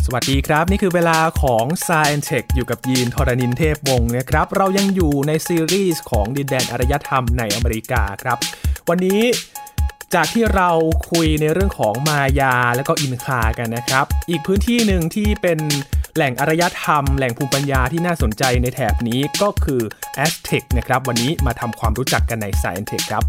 วัสดีครับนี่คือเวลาของ Science Tech อยู่กับยีนทรณินเทพวงศ์นะครับเรายังอยู่ในซีรีส์ของดินแดนอารยธรรมในอเมริกาครับวันนี้จากที่เราคุยในเรื่องของมายาและก็อินคากันนะครับอีกพื้นที่หนึ่งที่เป็นแหล่งอารยธรรมแหล่งภูมิปัญญาที่น่าสนใจในแถบนี้ก็คือแอสเท็กนะครับวันนี้มาทำความรู้จักกันใน Science Tech ครับ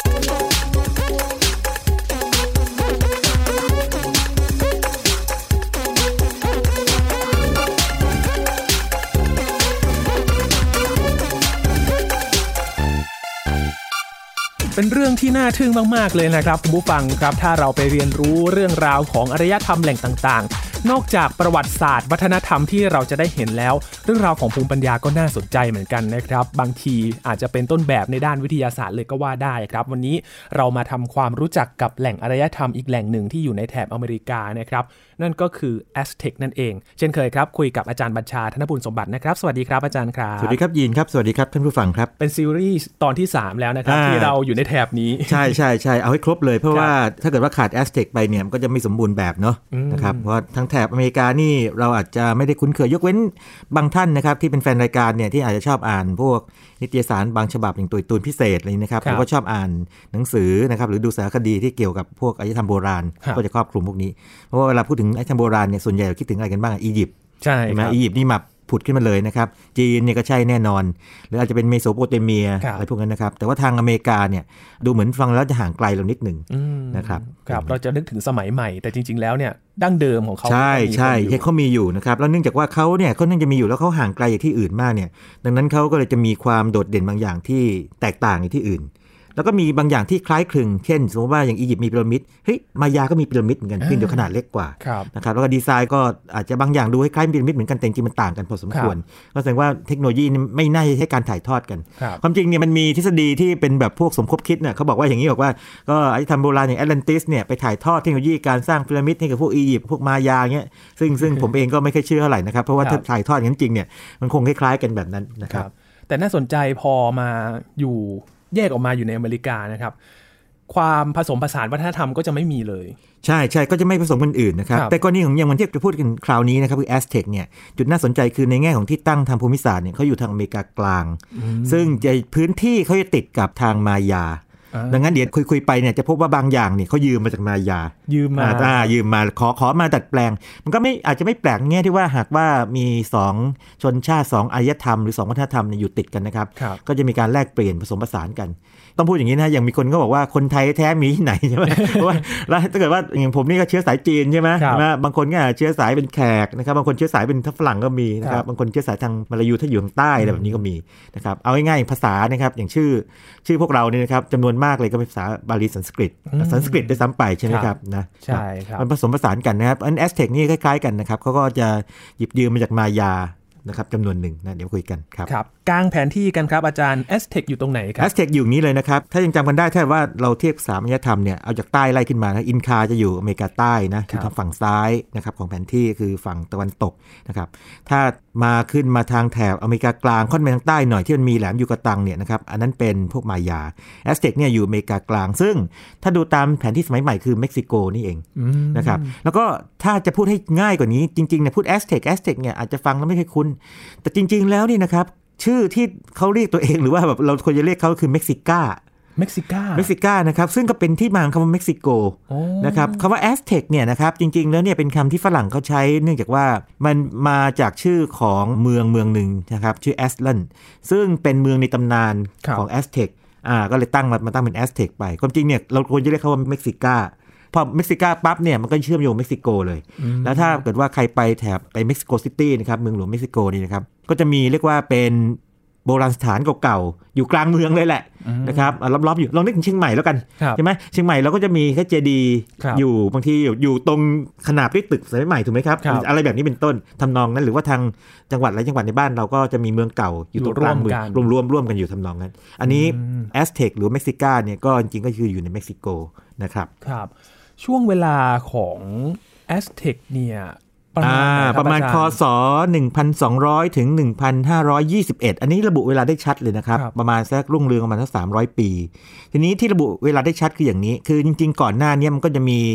เป็นเรื่องที่น่าทึ่งมากๆเลยนะครับคุณผู้ฟังครับถ้าเราไปเรียนรู้เรื่องราวของอารยธรรมแหล่งต่างๆนอกจากประวัติศาสตร์วัฒนธรรมที่เราจะได้เห็นแล้วเรื่องราวของภูมิปัญญาก็น่าสนใจเหมือนกันนะครับบางทีอาจจะเป็นต้นแบบในด้านวิทยาศาสตร์เลยก็ว่าได้ครับวันนี้เรามาทำความรู้จักกับแหล่งอารยธรรมอีกแหล่งหนึ่งที่อยู่ในแถบอเมริกานะครับนั่นก็คือแอสเท็กนั่นเองเช่นเคยครับคุยกับอาจารย์บัญชาธนบุญสมบัตินะครับสวัสดีครับอาจารย์ครับสวัสดีครับยีนครับสวัสดีครับท่านผู้ฟังครับเป็นซีรีส์ตอนที่3แล้วนะครับที่เราอยู่ในแถบนี้ใช่เอาให้ครบเลยเพราะว่าถ้าเกิดว่าขาดแอสเท็กไปเนี่ยมันก็จะไม่สมบูรณ์แบบเนาะนะครับเพราะทั้งแถบอเมริกานี่เราอาจจะไม่ได้คุ้นเคยยกเว้นบางท่านนะครับที่เป็นแฟนรายการเนี่ยที่อาจจะชอบอ่านพวกนิตยสารบางฉบับอย่างตุยตูนพิเศษอะไรนะครับหรือว่าชอบอ่านหนังสือนะครับหรือดูสารคดีที่เกี่ยวกับพวกอารยธรรมโบราณก็จะครอบคลุมพวกนี้เพราะว่าเวลาพูดถึงอารยธรรมโบราณเนี่ยส่วนใหญ่เราคิดถึงอะไรกันบ้างอียิปต์ใช่ไหมอียิปต์นี่มาผุดขึ้นมาเลยนะครับจีนเนี่ยก็ใช่แน่นอนหรืออาจจะเป็นเมโสโปเตเมียอะไรพวกนั้นนะครับแต่ว่าทางอเมริกาเนี่ยดูเหมือนฟังแล้วจะห่างไกลเรานิดหนึ่งนะครับเราจะนึกถึงสมัยใหม่แต่จริงๆแล้วเนี่ยดั้งเดิมของเขาใช่เขามีอยู่นะครับแล้วเนื่องจากว่าเขาเนี่ยเขาเนื่องจะมีอยู่แล้วเขาห่างไกลจากที่อื่นมากเนี่ยดังนั้นเขาก็เลยจะมีความโดดเด่นบางอย่างที่แตกต่างจากที่อื่นแล้วก็มีบางอย่างที่คล้ายคลึงเช่นสมมติว่าอย่างอียิปต์มีพีระมิดเฮ้ยมายาก็มีพีระมิดเหมือนกันเพียงแต่ขนาดเล็กกว่านะครับแล้วก็ดีไซน์ก็อาจจะบางอย่างดูคล้ายพีระมิดเหมือนกันแต่จริงมันต่างกันพอสมควรก็แสดงว่าเทคโนโลยีไม่น่าจะใช้การถ่ายทอดกันความจริงเนี่ยมันมีทฤษฎีที่เป็นแบบพวกสมคบคิดเนี่ยเขาบอกว่าอย่างนี้บอกว่าก็อารยธรรมโบราณอย่างแอตแลนติสเนี่ยไปถ่ายทอดเทคโนโลยีการสร้างพีระมิดให้กับพวกอียิปต์พวกมายาเงี้ยซึ่งผมเองก็ไม่ค่อยเชื่อเท่าไหร่นะครับเพราะว่าถ้าถ่ายทอดอย่างจริงเนี่ยมันคงคล้ายๆกันแบบนั้นนะครับแต่น่าสนใจพอมาอยู่แยกออกมาอยู่ในอเมริกานะครับความผสมผสานวัฒนธรรมก็จะไม่มีเลยใช่ก็จะไม่ผสมกันอื่นนะครับแต่กรณีของอย่างวันที่จะพูดกันคราวนี้นะครับคือแอสเท็กเนี่ยจุดน่าสนใจคือในแง่ของที่ตั้งทางภูมิศาสตร์เนี่ยเขาอยู่ทางอเมริกากลางซึ่งจะพื้นที่เขาจะติดกับทางมายาดังนั้นเดี๋ยวคุยไปเนี่ยจะพบว่าบางอย่างเนี่ยเขายืมมาจากมายายืมมาขอมาดัดแปลงมันก็ไม่อาจจะไม่แปลกแง่ที่ว่าหากว่ามี2ชนชาติ2อารยธรรมหรือ2วัฒนธรรมเนี่ยอยู่ติดกันนะครับก็จะมีการแลกเปลี่ยนผสมผสานกันต้องพูดอย่างนี้นะอย่างมีคนก็บอกว่าคนไทยแท้มีที่ไหนใช่ไหมเพราะว่าแล้วถ้าเกิดว่าอย่างผมนี่ก็เชื้อสายจีนใช่ไหมบางคนก็เชื้อสายเป็นแขกนะครับบางคนเชื้อสายเป็นฝรั่งก็มีนะครับบางคนเชื้อสายทางมาลายูถ้าอยู่ทางใต้อะไรแบบนี้ก็มีนะครับเอาง่ายๆภาษานะครับอย่างชื่อพวกเราเนี่ยนะครับจำนวนมากเลยก็เป็นภาษาบาลีสันสกฤตได้ซ้ำไปใช่ไหมครับนะใช่ครับมันผสมผสานกันนะครับอันแอสเท็กนี่คล้ายๆกันนะครับเขาก็จะหยิบยืมมาจากมายานะครับจำนวนหนึ่งนะเดี๋ยวคุยกันครับกลางแผนที่กันครับอาจารย์แอสเท็กอยู่ตรงไหนครับแอสเท็กอยู่นี้เลยนะครับถ้ายังจำกันได้ถ้าว่าเราเทียบ3อารยธรรมเนี่ยเอาจากใต้ไล่ขึ้นมานะอินคาจะอยู่อเมริกาใต้นะคือทางฝั่งซ้ายนะครับของแผนที่คือฝั่งตะวันตกนะครับถ้ามาขึ้นมาทางแถบอเมริกากลางค่อนไปทางใต้หน่อยที่มันมีแหลมยูกาตังเนี่ยนะครับอันนั้นเป็นพวกมายาแอสเท็กเนี่ยอยู่อเมริกากลางซึ่งถ้าดูตามแผนที่สมัยใหม่คือเม็กซิโกนี่เองนะครับแล้วก็ถ้าจะพูดให้ง่ายกว่านี้จริงๆเนี่ยพูดแอสเท็กเนี่ยอาจจะฟังแล้วไม่ค่อยคุ้นแต่จริงๆแล้วนี่นะครับชื่อที่เขาเรียกตัวเองหรือว่าแบบเราควรจะเรียกเขาคือเม็กซิกานะครับซึ่งก็เป็นที่มาของคำว่าเม็กซิโกนะครับคำว่าแอสเท็กเนี่ยนะครับจริงๆแล้วเนี่ยเป็นคำที่ฝรั่งเขาใช้เนื่องจากว่ามันมาจากชื่อของเมืองหนึ่งนะครับชื่อแอสลันซึ่งเป็นเมืองในตำนานของแอสเท็กก็เลยตั้งเป็นแอสเท็กไปความจริงเนี่ยเราควรจะเรียกเขาว่าเม็กซิกาพอเม็กซิกาปั๊บเนี่ยมันก็เชื่อมโยงเม็กซิโกเลยแล้วถ้าเกิดว่าใครไปแถบไปเม็กซิโกซิตี้นะครับเมืองหลวงเม็กซิโกนี่นะครับก็จะมีเรียกว่าเป็นโบราณสถานเก่าๆอยู่กลางเมืองเลยแหละนะครับล้อมๆอยู่ลองนึกถึงเชียงใหม่แล้วกันใช่ไหมเชียงใหม่เราก็จะมีแค่เจดีย์อยู่บางทีอยู่ตรงขนาบด้วยตึกสมัยใหม่ถูกไหมครับอะไรแบบนี้เป็นต้นทำนองนั้นหรือว่าทางจังหวัดหลายจังหวัดในบ้านเราก็จะมีเมืองเก่าอยู่ตรงกลางเมืองร่วมกันอยู่ทำนองนั้นอันนี้แอสเท็กหรือเม็กซิกาเนี่ยก็จริงๆก็คืออยู่ในเม็กซิโกนะครับช่วงเวลาของแอสเท็กเนี่ยประมาณคศ1,200 ถึง 1,521 อันนี้ระบุเวลาได้ชัดเลยนะครับประมาณสักรุ่งเรืองประมาณสัก300 ปีทีนี้ที่ระบุเวลาได้ชัดคืออย่างนี้คือจริงๆก่อนหน้านี้มันก็จะมี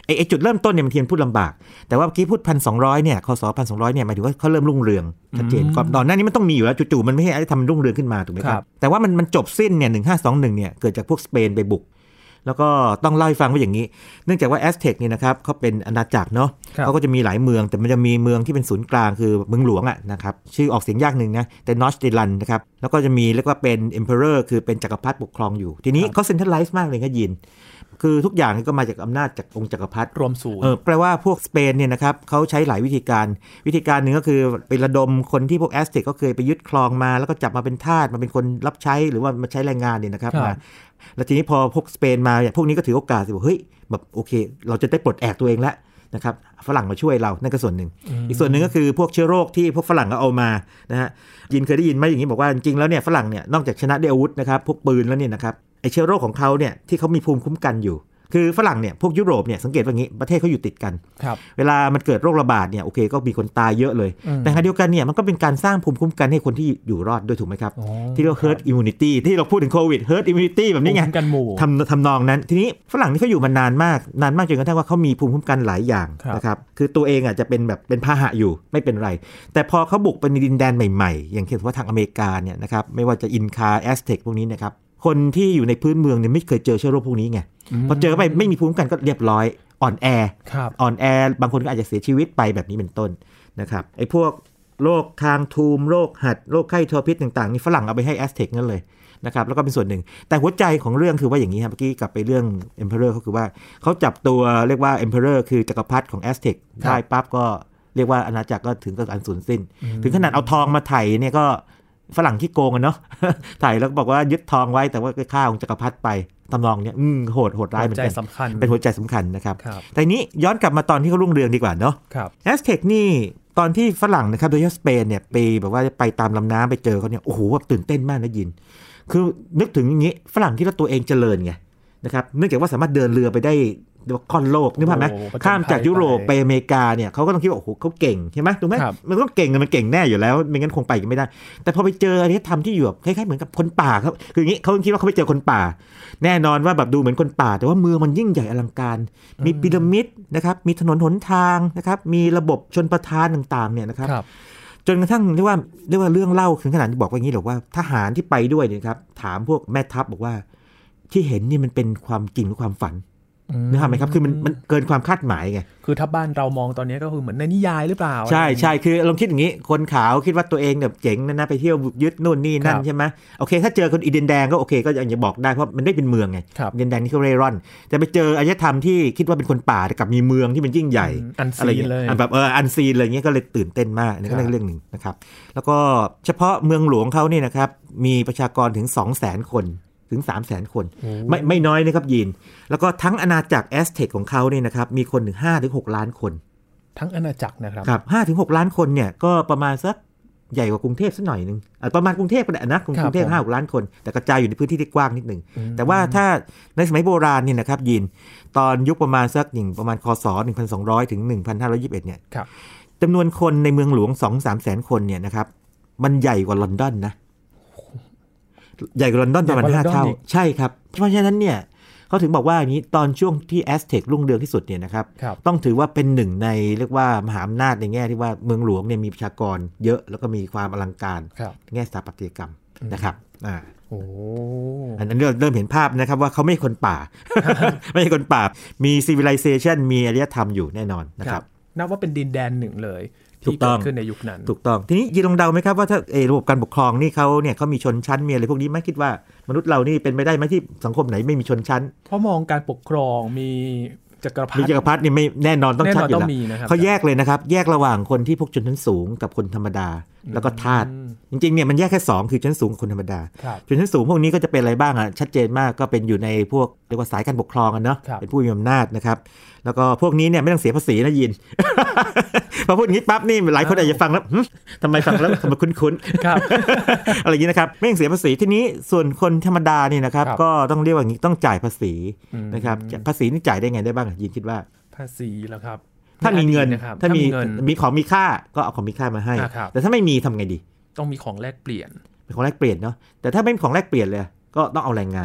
ไอ้จุดเริ่มต้นเนี่ยมันเทียนพูดลำบากแต่ว่าเมื่อกี้พูด1,200เนี่ยคศ1,200เนี่ยหมายถึงว่าเขาเริ่มรุ่งเรืองชัดเจนก่อนหน้านี้มันต้องมีอยู่แล้วจู่ๆมันไม่ให้ทำรุ่งเรืองขึ้นมาถูกไหมครับแต่ว่ามันจบสิ้นเนี่ย1521เนี่ยเกิดจากพวกสเปนไปบุกแล้วก็ต้องเล่าให้ฟังว่าอย่างนี้เนื่องจากว่าแอสเท็กนี่นะครับเขาเป็นอาณาจักรเนาะเขาก็จะมีหลายเมืองแต่มันจะมีเมืองที่เป็นศูนย์กลางคือเมืองหลวงอ่ะนะครับชื่อออกเสียงยากนึงนะแต่นอชเดลันนะครับแล้วก็จะมีเรียกว่าเป็นเอ็มเพอเรอร์คือเป็นจักรพรรดิปกครองอยู่ทีนี้เขาเซ็นทรัลไลซ์มากเลยครับยินคือทุกอย่างก็มาจากอำนาจจากองค์จักรพรรดิรวมศูนย์แปลว่าพวกสเปนเนี่ยนะครับเขาใช้หลายวิธีการหนึ่งก็คือไประดมคนที่พวกแอสเท็กก็เคยไปยึดครองมาแล้วก็จับมาเป็นทาสมาเป็นคนรับใช้หรือว่ามาใช้แรงงานเนี่ยนะครับมาแล้วทีนี้พอพวกสเปนมาพวกนี้ก็ถือโอกาสสิบอกเฮ้ยแบบโอเคเราจะได้ปลดแอกตัวเองแล้วนะครับฝรั่งมาช่วยเรานั่นก็ส่วนหนึ่งอีกส่วนหนึ่งก็คือพวกเชื้อโรคที่พวกฝรั่งเอามานะฮะยินเคยได้ยินไหมอย่างนี้บอกว่าจริงๆแล้วเนี่ยฝรั่งเนี่ยนอกจากชนะด้วยอาวุธนะครับพวกปืนแล้วเนี่ยนะครับไอเชื้อโรคของเขาเนี่ยที่เขามีภูมิคุ้มกันอยู่คือฝรั่งเนี่ยพวกยุโรปเนี่ยสังเกตว่าอย่างนี้ประเทศเขาอยู่ติดกันเวลามันเกิดโรคระบาดเนี่ยโอเคก็มีคนตายเยอะเลยแต่ขณะเดียวกันเนี่ยมันก็เป็นการสร้างภูมิคุ้มกันให้คนที่อยู่รอดด้วยถูกไหมครับที่เรียกว่า herd immunity ที่เราพูดถึงโควิด herd immunity แบบนี้ไงทำนองนั้นทีนี้ฝรั่งนี่เขาอยู่มานานมากจนกระทั่งว่าเขามีภูมิคุ้มกันหลายอย่างนะครับคือตัวเองจะเป็นแบบเป็นพาหะอยู่ไม่เป็นไรแต่พอเขาบุกไปในดินแดนใหม่ๆอย่างเช่นว่าทางอเมริกาเนี่ยนะครับไม่ว่าจะอินคาแอสเท็กพวกนี้นะครับคนที่อยู่ในพื้นเมืองเนี่ยไม่เคยเจอเชื้อโรคพวกนี้ไงพอเจอไปไม่มีภูมิคุ้มกันก็เรียบร้อยอ่อนแอบางคนก็อาจจะเสียชีวิตไปแบบนี้เป็นต้นนะครับไอ้พวกโรคคางทูมโรคหัดโรคไข้ทอพิษต่างๆนี่ฝรั่งเอาไปให้แอสเท็กนั่นเลยนะครับแล้วก็เป็นส่วนหนึ่งแต่หัวใจของเรื่องคือว่าอย่างนี้ครับเมื่อกี้กลับไปเรื่อง Emperor เขาคือว่าเขาจับตัวเรียกว่า Emperor คือจักรพรรดิของแอสเท็กได้ปั๊บก็เรียกว่าอาณาจักรก็ถึงกับการสูญสิ้นถึงขนาดเอาทองมาไถ่เนี่ยก็ฝรั่งขี้โกงกันเนาะถ่ายแล้วก็บอกว่ายึดทองไว้แต่ว่าก็ฆ่าองค์จักรพรรดิไปตำนองเนี้ยโหดร้ายเหมือนกันเป็นหัวใจสำคัญนะครับแต่นี้ย้อนกลับมาตอนที่เขารุ่งเรืองดีกว่าเนาะแอสเท็กนี่ตอนที่ฝรั่งนะครับโดยเฉพาะสเปนเนี่ยไปแบบว่าไปตามลำน้ำไปเจอเขาเนี่ยโอ้โหแบบตื่นเต้นมากนะยินคือนึกถึงอย่างนี้ฝรั่งที่ว่าตัวเองเจริญไงนะครับเนื่องจากว่าสามารถเดินเรือไปได้ค่อนโลกนึกภาพไหมข้ามจากยุโรปไปอเมริกาเนี่ยเขาก็ต้องคิดว่าโอ้โหเขาเก่งใช่ไหมถูกไหมมันต้องเก่งมันเก่งแน่อยู่แล้วไม่งั้นคงไปกันไม่ได้แต่พอไปเจออารยธรรมที่อยู่แบบคล้ายๆเหมือนกับคนป่าครับคืออย่างนี้เขาคิดว่าเขาไปเจอคนป่าแน่นอนว่าแบบดูเหมือนคนป่าแต่ว่าเมืองมันยิ่งใหญ่อลังการมีพีระมิดนะครับมีถนนหนทางนะครับมีระบบชลประทานต่างๆเนี่ยนะครับจนกระทั่งเรียกว่าเรื่องเล่าถึงขนาดที่บอกว่าอย่างนี้หรอกว่าทหารที่ไปด้วยเนี่ยครับถามพวกแม่ทัพบอกว่าที่เห็นนี่มันเป็นความจริงหรือความฝันนะครับไหมครับคือมันเกินความคาดหมายไงคือถ้าบ้านเรามองตอนนี้ก็คือเหมือนในนิยายหรือเปล่าใช่คือลองคิดอย่างนี้คนขาวคิดว่าตัวเองแบบเจ๋งนะไปเที่ยวยึดนู่นนี่นั่นใช่ไหมโอเคถ้าเจอคนอีเดนแดงก็โอเคก็ยังจะบอกได้เพราะมันได้เป็นเมืองไงอีเดนแดงนี่เขาเร่ร่อนแต่ไปเจออารยธรรมที่คิดว่าเป็นคนป่าแต่กับมีเมืองที่มันยิ่งใหญ่อะไรอย่างเงี้ยแบบอันซีนอะไรเงี้ยก็เลยตื่นเต้นมากนี่ก็เรื่องนึงนะครับแล้วก็เฉพาะเมืองหลวงเขานี่นะครับมีประชากรถึง 200,000 คนถึง 300,000 คนไม่น้อยนะครับยินแล้วก็ทั้งอาณาจักรแอสเท็กของเขาเนี่ยนะครับมีคนถึง 5-6 ล้านคนทั้งอาณาจักรนะครับครับ 5-6 ล้านคนเนี่ยก็ประมาณสักใหญ่กว่ากรุงเทพสักหน่อยนึงประมาณกรุงเทพก็ได้นะกรุงเทพ 5-6 ล้านคนแต่กระจายอยู่ในพื้นที่ที่กว้างนิดนึงแต่ว่าถ้าในสมัยโบราณเนี่ยนะครับยินตอนยุคประมาณสักประมาณคศ1,200ถึง1,521เนี่ยจำนวนคนในเมืองหลวง 2-3 แสนคนเนี่ยนะครับมันใหญ่กว่าลอนดอนนะใหญ่กว่าลอนดอนประมาณ5 เท่าใช่ครับเพราะฉะนั้นเนี่ยเขาถึงบอกว่าอย่างนี้ตอนช่วงที่แอสเท็กรุ่งเรืองที่สุดเนี่ยนะครับต้องถือว่าเป็นหนึ่งในเรียกว่ามหาอำนาจในแง่ที่ว่าเมืองหลวงเนี่ยมีประชากรเยอะแล้วก็มีความอลังการแง่สถาปัตยกรรมนะครับอันนั้นเริ่มเห็นภาพนะครับว่าเขาไม่ใช่คนป่า ไม่ใช่คนป่ามี civilization มีอารยธรรมอยู่แน่นอนนะครับนับว่าเป็นดินแดนหนึ่งเลยที่เกิดขึ้นในยุคนั้นถูกต้องทีนี้ยินลองเดาไหมครับว่าถ้าระบบการปกครองนี่เขามีชนชั้นมีอะไรพวกนี้ไหมคิดว่ามนุษย์เรานี่เป็นไปได้ไหมที่สังคมไหนไม่มีชนชั้นเพราะมองการปกครองมีจักรพรรดินี่ไม่แน่นอนต้องชัดอยู่แล้วเขาแยกเลยนะครับแยกระหว่างคนที่พวกชนชั้นสูงกับคนธรรมดาแล้วก็ทาสจริงๆเนี่ยมันแยกแค่2คือชนชั้นสูงกับคนธรรมดาชนชั้นสูงพวกนี้ก็จะเป็นอะไรบ้างชัดเจนมากก็เป็นอยู่ในพวกเรียกว่าสายการปกครองกันเนาะเป็นผู้มีอำนาจนะครับแล้วก็พวกนี้เนี่ยไม่ต้องเสียภาษีนะยิน พอพูดอย่างนี้ปั๊บนี่หลายคนอาจจะฟังแล้วทำไมฟังแล้วทำไมคุ้นๆ อะไรอย่างนี้นะครับไม่ต้องเสียภาษีทีนี้ส่วนคนธรรมดานี่นะครับก็ต้องเรียกว่าอย่างนี้ต้องจ่ายภาษีนะครับภาษีนี่จ่ายได้ไงได้บ้างยินคิดว่าภาษีเหรอครับถ้ามีเงินมีของมีค่าก็เอาของมีค่ามาให้แต่ถ้าไม่มีทำไงดีต้องมีของแลกเปลี่ยนเป็นของแลกเปลี่ยนเนาะแต่ถ้าไม่มีของแลกเปลี่ยนเลยก็ต้องเอาแรงงาน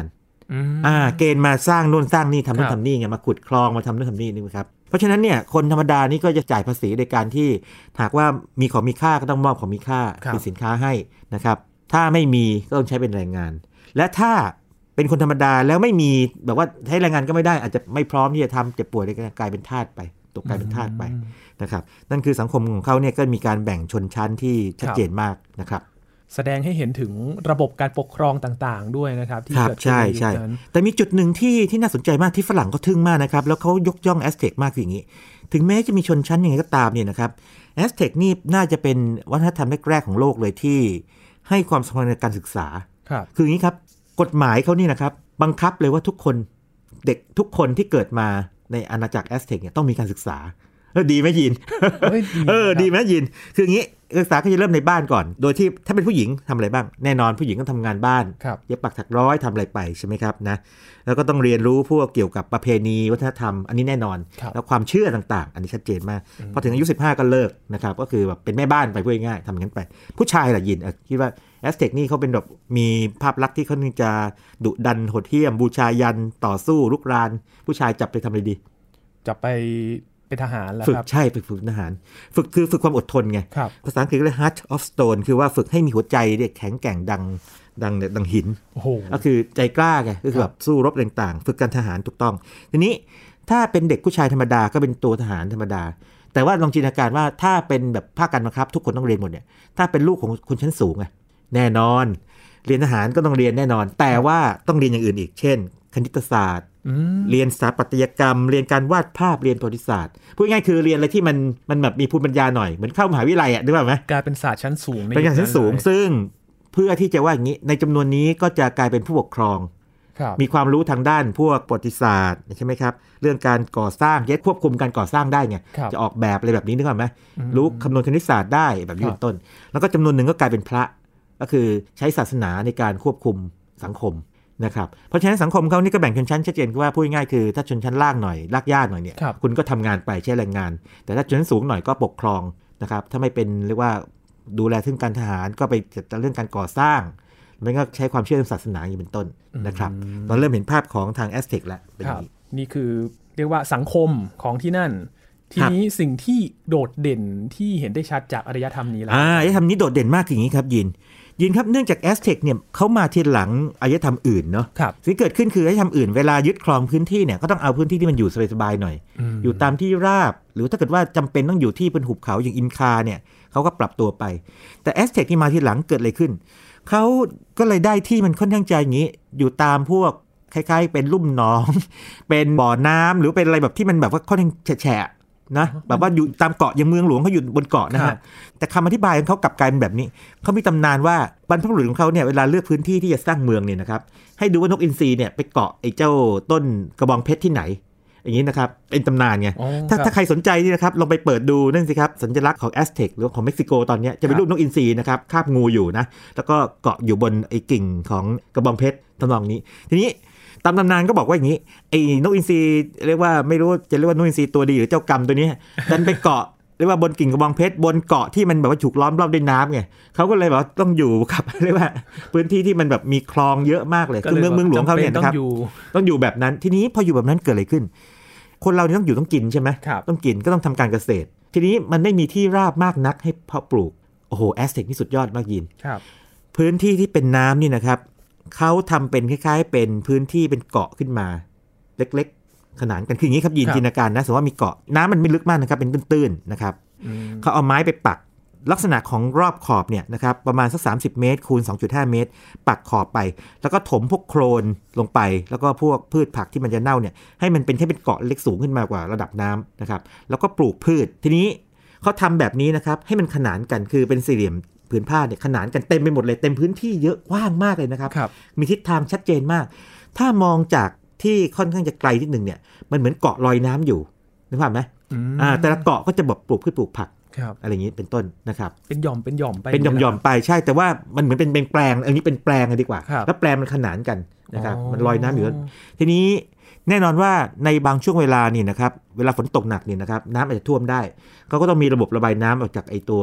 เกณฑ์มาสร้างโน่นสร้างนี่ทำโน่นทำนี่ไงมาขุดคลองมาทำโน่นทำนี่นี่ครับเพราะฉะนั้นเนี่ยคนธรรมดานี่ก็จะจ่ายภาษีโดยการที่หากว่ามีของมีค่าก็ต้องมอบของมีค่าเป็นสินค้าให้นะครับถ้าไม่มีก็ต้องใช้เป็นแรงงานและถ้าเป็นคนธรรมดาแล้วไม่มีแบบว่าใช้แรงงานก็ไม่ได้อาจจะไม่พร้อมที่จะทำเจ็บป่วยเลยกลายเป็นทาสไปตกกลายเป็นทาสไปนะครับนั่นคือสังคมของเขาเนี่ยก็มีการแบ่งชนชั้นที่ชัดเจนมากนะครับแสดงให้เห็นถึงระบบการปกครองต่างๆด้วยนะครับที่เกิดขึ้นในยุคนั้นแต่มีจุดหนึ่งที่น่าสนใจมากที่ฝรั่งก็ทึ่งมากนะครับแล้วเขายกย่องแอสเท็กมากอย่างนี้ถึงแม้จะมีชนชั้นยังไงก็ตามเนี่ยนะครับแอสเท็กนี่น่าจะเป็นวัฒนธรรมแรกๆของโลกเลยที่ให้ความสำคัญในการศึกษาคืออย่างนี้ครับกฎหมายเขานี่นะครับบังคับเลยว่าทุกคนเด็กทุกคนที่เกิดมาในอาณาจักรแอสเท็กเนี่ยต้องมีการศึกษาดีไหมยิน ดีไหมยินคืออย่างนี้ศึกษาก็จะเริ่มในบ้านก่อนโดยที่ถ้าเป็นผู้หญิงทำอะไรบ้างแน่นอนผู้หญิงก็ทำงานบ้านเย็บปักถักร้อยทำอะไรไปใช่ไหมครับนะแล้วก็ต้องเรียนรู้พวกเกี่ยวกับประเพณีวัฒนธรรมอันนี้แน่นอนแล้วความเชื่อต่างๆอันนี้ชัดเจนมากพอถึงอายุ15ก็เลิกนะครับก็คือแบบเป็นแม่บ้านไปพูดง่ายๆทำอย่างนั้นไปผู้ชายล่ะยินคิดว่าแอสเท็กนี่เขาเป็นแบบมีภาพลักษณ์ที่เขาจะดุดันโหดเหี้ยมบูชายันต่อสู้ลุกรานผู้ชายจับไปทำอะไรดีจับไปเป็นทหารแล้วครับใช่ฝึกทหารฝึกความอดทนไงภาษาอังกฤษเรียก Heart of Stone คือว่าฝึกให้มีหัวใจแข็งแกร่งดังหินก็คือใจกล้าไงก็คือแบบสู้รบต่างๆฝึกการทหารถูกต้องทีนี้ถ้าเป็นเด็กผู้ชายธรรมดาก็เป็นตัวทหารธรรมดาแต่ว่าลองจินตนาการว่าถ้าเป็นแบบภาคการบังคับทุกคนต้องเรียนหมดเนี่ยถ้าเป็นลูกของคนชั้นสูงไงแน่นอนเรียนทหารก็ต้องเรียนแน่นอนแต่ว่าต้องเรียนอย่างอื่นอีกเช่นคณิตศาสตร์เรียนสถาปัตยกรรมเรียนการวาดภาพเรียนประวัติศาสตร์พูดง่ายคือเรียนอะไรที่มันแบบมีภูมิปัญญาหน่อยเหมือนเข้ามหาวิทยาลัยนึกออกไหมกลายเป็นศาสตร์ชั้นสูงเป็นศาสตร์ชั้นสูงซึ่งเพื่อที่จะว่าอย่างนี้ในจำนวนนี้ก็จะกลายเป็นผู้ปกครองมีความรู้ทางด้านพวกประวัติศาสตร์ใช่ไหมครับเรื่องการก่อสร้างควบคุมการก่อสร้างได้ไงจะออกแบบอะไรแบบนี้นึกออกไหมรู้คำนวณคณิตศาสตร์ได้แบบนี้เป็นต้นแล้วก็จำนวนหนึ่งก็กลายเป็นพระก็คือใช้ศาสนาในการควบคุมสังคมนะครับเพราะฉะนั้นสังคมเขานี่ก็แบ่งชนชั้นชัดเจนว่าพูดง่ายคือถ้าชนชั้นล่างหน่อยลากย่าหน่อยเนี่ย คุณก็ทำงานไปใช้แรงงานแต่ถ้าชนชั้นสูงหน่อยก็ปกครองนะครับถ้าไม่เป็นเรียกว่าดูแลถึงการทหารก็ไปจัดเรื่องการก่อสร้างมันก็ใช้ความเชื่อทางศาสนาอย่างเป็นต้นนะครับตอนเริ่มเห็นภาพของทางแอสเท็กแล้วเป็นอย่างนี้นี่คือเรียกว่าสังคมของที่นั่นทีนี้สิ่งที่โดดเด่นที่เห็นได้ชัดจากอารยธรรมนี้แล้วอารยธรรมนี้โดดเด่นมากอย่างนี้ครับยินครับเนื่องจากแอสเท็กเนี่ยเขามาทีหลังอารยธรรมอื่นเนาะสิ่งเกิดขึ้นคืออารยธรรมอื่นเวลายึดครองพื้นที่เนี่ยก็ต้องเอาพื้นที่ที่มันอยู่สบายๆหน่อยอยู่ตามที่ราบหรือถ้าเกิดว่าจำเป็นต้องอยู่ที่บนหุบเขาอย่างอินคาเนี่ยเขาก็ปรับตัวไปแต่แอสเท็กที่มาทีหลังเกิดอะไรขึ้นเขาก็เลยได้ที่มันค่อนข้างจะอย่างนี้อยู่ตามพวกคล้ายๆเป็นลุ่มหนองเป็นบ่อน้ำหรือเป็นอะไรแบบที่มันแบบว่าค่อนข้างแฉะนะแบบว่าอยู่ตามเกาะอย่างเมืองหลวงเขาอยู่บนเกาะนะฮะแต่คำอธิบายของเขากลับกลายเป็นแบบนี้เขามีตำนานว่าบรรพบุรุษของเขาเนี่ยเวลาเลือกพื้นที่ที่จะสร้างเมืองเนี่ยนะครับให้ดูว่านกอินทรีเนี่ยไปเกาะไอ้เจ้าต้นกระบองเพชรที่ไหนอย่างนี้นะครับเป็นตำนานไงถ้าใครสนใจนี่นะครับลองไปเปิดดูนั่นสิครับสัญลักษณ์ของแอสเท็กหรือของเม็กซิโกตอนนี้จะเป็นรูปนกอินทรีนะครับคาบงูอยู่นะแล้วก็เกาะอยู่บนไอ้กิ่งของกระบองเพชรทำนองนี้ทีนี้ตามตำนานก็บอกว่าอย่างนี้ไอ้นกอินทรีเรียกว่าไม่รู้จะเรียกว่านกอินทรีตัวดีหรือเจ้ากรรมตัวนี้ดันไปเกาะเรียกว่าบนกิ่งกระบองเพชรบนเกาะที่มันแบบว่าถูกล้อมรอบด้วยน้ำไงเขาก็เลยแบบต้องอยู่กับเรียกว่าพื้นที่ที่มันแบบมีคลองเยอะมากเลยคือเมืองหลวงเขาเนี่ยนะครับต้องอยู่แบบนั้นทีนี้พออยู่แบบนั้นเกิดอะไรขึ้นคนเราเนี่ยต้องอยู่ต้องกินใช่ไหมต้องกินก็ต้องทำการเกษตรทีนี้มันไม่มีที่ราบมากนักให้เพาะปลูกโอ้โหแอสเท็กนี่สุดยอดมากยินพื้นที่ที่เป็นน้ำนี่นะครับเขาทำเป็นคล้ายๆเป็นพื้นที่เป็นเกาะขึ้นมาเล็กๆขนานกันคืออย่างนี้ครับยินจินตนาการนะสมมติว่ามีเกาะน้ำมันไม่ลึกมากนะครับเป็นตื้นๆนะครับเขาเอาไม้ไปปักลักษณะของรอบขอบเนี่ยนะครับประมาณสัก30 เมตรคูณ 2.5 เมตรปักขอบไปแล้วก็ถมพวกโคลนลงไปแล้วก็พวกพืชผักที่มันจะเน่าเนี่ยให้มันเป็นแค่เป็นเกาะเล็กสูงขึ้นมากว่าระดับน้ำนะครับแล้วก็ปลูกพืชทีนี้เขาทำแบบนี้นะครับให้มันขนานกันคือเป็นสี่เหลี่ยมผืนผ้าเนี่ยขนานกันเต็มไปหมดเลยเต็มพื้นที่เยอะกว้างมากเลยนะครับมีทิศทางชัดเจนมากถ้ามองจากที่ค่อนข้างจะไกลนิดนึงเนี่ยมันเหมือนเกาะลอยน้ำอยู่นึกภาพไหมแต่ละเกาะก็จะแบบปลูกพืชปลูกผักอะไรอย่างนี้เป็นต้นนะครับเป็นหย่อมไปเป็นหย่อมไปใช่แต่ว่ามันเหมือนเป็นแปลงอันนี้เป็นแปลงเลยดีกว่าแล้วแปลงมันขนานกันนะครับมันลอยน้ำอยู่ทีนี้แน่นอนว่าในบางช่วงเวลานี่นะครับเวลาฝนตกหนักนี่นะครับน้ำอาจจะท่วมได้เขาก็ต้องมีระบบระบายน้ำออกจากไอตัว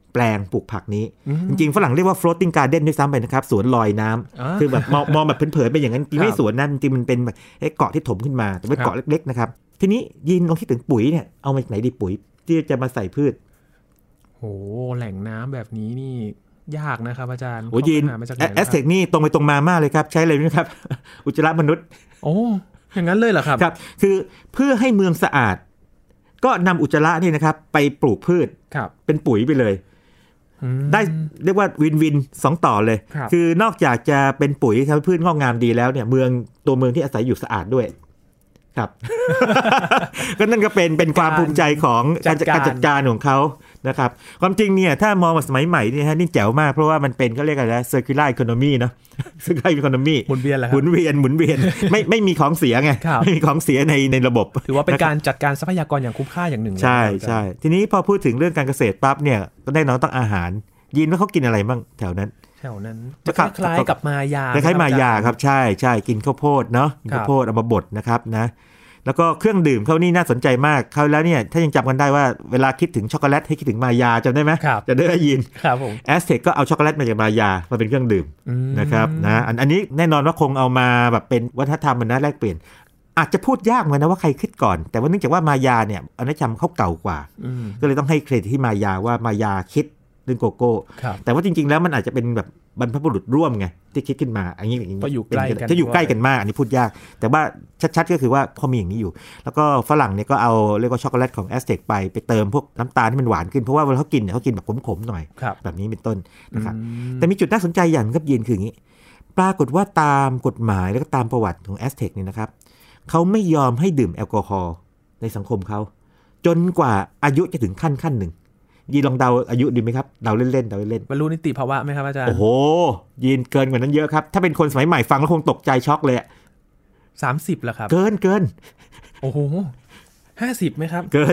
แปลงปลูกผักนี้จริงๆฝรั่งเรียกว่า floating garden ด้วยซ้ำไปนะครับสวนลอยน้ำคือแบบมองแบบเผินๆไปอย่างนั้นไม่สวนนะจริงๆมันเป็นแบบเกาะที่ถมขึ้นมาแต่เป็นเกาะเล็กๆนะครับทีนี้ยินลองคิดถึงปุ๋ยเนี่ยเอามาจากไหนดีปุ๋ยที่จะมาใส่พืชโหแหล่งน้ำแบบนี้นี่ยากนะครับอาจารย์โอ้ยินแอสเทคนี่ตรงไปตรงมามากเลยครับใช้อะไรนะครับอุจจาระมนุษย์โอ้อย่างนั้นเลยเหรอครับครับคือเพื่อให้เมืองสะอาดก็นำอุจจาระนี่นะครับไปปลูกพืชเป็นปุ๋ยไปเลยได้เรียกว่าวินวิน2ต่อเลยคือนอกจากจะเป็นปุ๋ยทำให้พืชงอกงามดีแล้วเนี่ยตัวเมืองที่อาศัยอยู่สะอาดด้วยครับ ก็นั่นก็เป็นความภูมิใจของการจัดการของเขานะครับความจริงเนี่ยถ้ามองมาสมัยใหม่นี่ฮะนี่แจ๋วมากเพราะว่ามันเป็นเขาเรียกอะไรนะ circular economy เนาะ circular economy หมุนเวียนแหละครับหมุนเวียน ไม่มีของเสียไงไม่มีของเสียในระบบถือว่าเป็นการจัดการทรัพยากรอย่างคุ้มค่าอย่างหนึ่งใช่ทีนี้พอพูดถึงเรื่องการเกษตรปั๊บเนี่ยก็แน่นอนต้องอาหารยินว่าเขากินอะไรบ้างแถวนั้นจะคล้ายกับมายาคล้ายมายาครับใช่กินข้าวโพดเนาะกินข้าวโพดเอามาบดนะครับนะแล้วก็เครื่องดื่มเขานี่น่าสนใจมากเขาแล้วเนี่ยถ้ายังจำกันได้ว่าเวลาคิดถึงช็อกโกแลตให้คิดถึงมายาจำได้ไหมจะได้ยินแอสเทคก็เอาช็อกโกแลตมาจากมายามาเป็นเครื่องดื่มนะครับนะอันนี้แน่นอนว่าคงเอามาแบบเป็นวัฒนธรรมมันน่าแลกเปลี่ยนอาจจะพูดยากเหมือนนะว่าใครคิดก่อนแต่ว่าเนื่องจากว่ามายาเนี่ยอารยธรรมเขาเก่ากว่าก็เลยต้องให้เครดิตที่มายาว่ามายาคิดเรื่องโกโก้แต่ว่าจริงๆแล้วมันอาจจะเป็นแบบบรรพบุรุษร่วมไงที่คิดขึ้นมาอันนี้ก็อยู่ใกล้กันถ้าอยู่ใกล้กันมากอันนี้พูดยากแต่ว่าชัดๆก็คือว่าเขามีอย่างนี้อยู่แล้วก็ฝรั่งเนี่ยก็เอาเรียกว่าช็อกโกแลตของแอสเทคไปเติมพวกน้ำตาลที่มันหวานขึ้นเพราะว่าเวลาเขากินเนี่ยเขากินแบบขมๆหน่อยแบบนี้เป็นต้นนะครับแต่มีจุดน่าสนใจอย่างนึงครับยินคืออย่างนี้ปรากฏว่าตามกฎหมายแล้วก็ตามประวัติของแอสเทคเนี่ยนะครับเขาไม่ยอมให้ดื่มแอลกอฮอล์ในสังคมเขาจนกว่าอายุจะถึงขั้นหนึ่งยีนลองเดาอายุดีไหมครับเดาเล่นบรรลุนิติภาวะไหมครับอาจารย์โอ้โหยีนเกินกว่านั้นเยอะครับถ้าเป็นคนสมัยใหม่ฟังแล้วคงตกใจช็อกเลย 30แล้วครับเกินโอ้โห50ไหมครับเกิน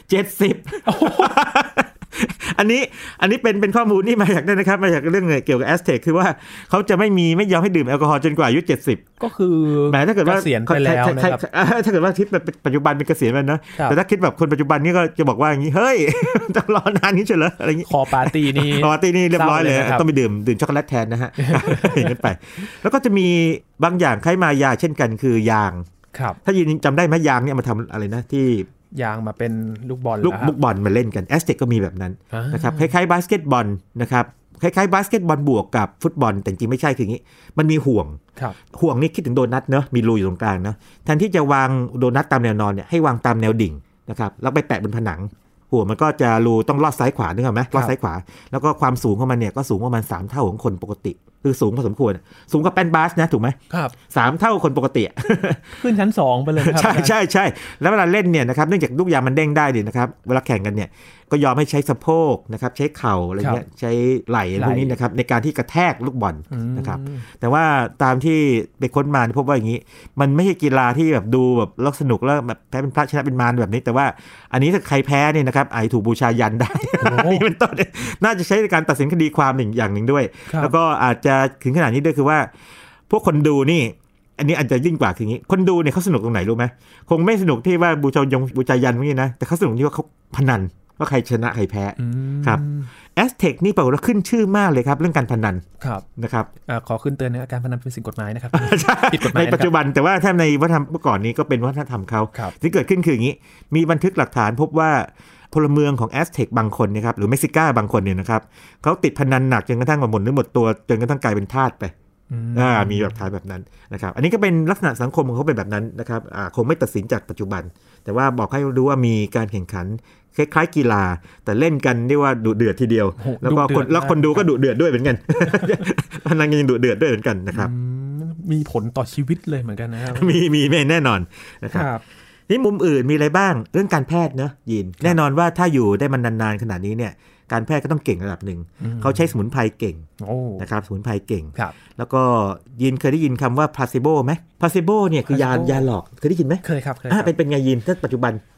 70อันนี้เป็นข้อมูลที่มาจากนั่นนะครับมาจากเรื่องเกี่ยวกับแอสเทคคือว่าเขาจะไม่ยอมให้ดื่มแอลกอฮอล์จนกว่าอายุ70 ก็คือแม้ถ้าเกิดว่าเกษียณไปแล้วนะครับถ้าเกิดว่าคิดแบบปัจจุบันเป็นเกษียณแล้วนะแต่ถ้าคิดแบบคนปัจจุบันนี่ก็จะบอกว่าอย่างนี้เฮ้ยต้องรอนานนี้เฉยอะไรอย่างนี้คอปาร์ตี้นี่เรียบร้อยเลยต้องไปดื่มช็อกโกแลตแทนนะฮะอย่างนั้นไปแล้วก็จะมีบางอย่างคล้ายมายาเช่นกันคือยางถ้ายินจำได้ไหมยางเนี่ยมาทำอะไรนะที่ยางมาเป็นลูกบอลมาเล่นกันแอสเทคก็มีแบบนั้นนะครับคล้ายๆบาสเกตบอลนะครับคล้ายๆบาสเกตบอลบวกกับฟุตบอลแต่จริงไม่ใช่คืออย่างนี้มันมีห่วงนี่คิดถึงโดนัทเนอะมีรูอยู่ตรงกลางเนอะแทนที่จะวางโดนัทตามแนวนอนเนี่ยให้วางตามแนวดิ่งนะครับแล้วไปแปะบนผนังหัวมันก็จะรูต้องลอดซ้ายขวานึกออกไหมลอดซ้ายขวาแล้วก็ความสูงของมันเนี่ยก็สูงประมาณ3เท่าของคนปกติคือสูงพอสมควรสูงกว่าแป้นบาสนะถูกไหมครับ 3เท่าคนปกติขึ้นชั้น2ไปเลยครับใช่แล้วเวลาเล่นเนี่ยนะครับเนื่องจากลูกยางมันเด้งได้ดินะครับเวลาแข่งกันเนี่ยก็ยอมให้ใช้สะโพกนะครับใช้เข่าอะไรเงี้ยใช้ไหล่พวกนี้นะครับในการที่กระแทกลูกบอลนะครับแต่ว่าตามที่ไปค้นมาพบว่าอย่างนี้มันไม่ใช่กีฬาที่แบบดูแบบลักสนุกแล้วแบบแพ้เป็นพระชนะเป็นมารแบบนี้แต่ว่าอันนี้ถ้าใครแพ้เนี่ยนะครับอาจถูกบูชายันได้นี่เป็นต้นน่าจะใช้ในการตัดสินคดีความอย่างหนึ่งด้วยแล้วก็อาจจะถึงขนาดนี้ด้วยคือว่าพวกคนดูนี่อันนี้อาจจะยิ่งกว่าคืออย่างนี้คนดูเนี่ยเขาสนุกตรงไหนรู้ไหมคงไม่สนุกที่ว่าบูชายันพวกนี้นะแต่เขาสนุกที่ว่าเขาพนันว่าใครชนะใครแพ้ครับแอสเทคนี่ปรากฏว่าขึ้นชื่อมากเลยครับเรื่องการพนันนะครับขอขึ้นเตือนนะการพนันเป็นสิ่งกฎหมายนะครับผิดกฎหมายในปัจจุบันแต่ว่าถ้าในวัฒนธรรมเมื่อก่อนนี้ก็เป็นวัฒนธรรมเขาที่เกิดขึ้นคืออย่างนี้มีบันทึกหลักฐานพบว่าพลเมืองของแอสเทคบางคนนะครับหรือเม็กซิกาบางคนเนี่ยนะครับเขาติดพนันหนักจนกระทั่งหมดเนื้อหมดตัวจนกระทั่งกลายเป็นทาสไปมีหลักฐานแบบนั้นนะครับอันนี้ก็เป็นลักษณะสังคมของเขาเป็นแบบนั้นนะครับคงไม่ตัดสินจากปัจจุบันแต่ว่าบอกให้รู้ว่ามีการแข่งขันคล้ายๆกีฬาแต่เล่นกันเรียกว่าดุเดือดทีเดียวแล้วก็คนดูก็ดุเดือดด้วยเหมือนกันพนันกันยังดุเดือดด้วยเหมือนกันนะครับมีผลต่อชีวิตเลยเหมือนกันนะครับมีแน่นอนนะครับนี่มุมอื่นมีอะไรบ้างเรื่องการแพทย์เนอะยินแน่นอนว่าถ้าอยู่ได้มันนานๆขนาดนี้เนี่ยการแพทย์ก็ต้องเก่งระดับหนึ่งเขาใช้สมุนไพรเก่งนะครับสมุนไพรเก่งแล้วก็ยินเคยได้ยินคำว่า placebo ไหม placebo เนี่ยคือยาหลอกเคยได้ยินไหมเคยครับเป็นไงยินถ้าปัจจุบัน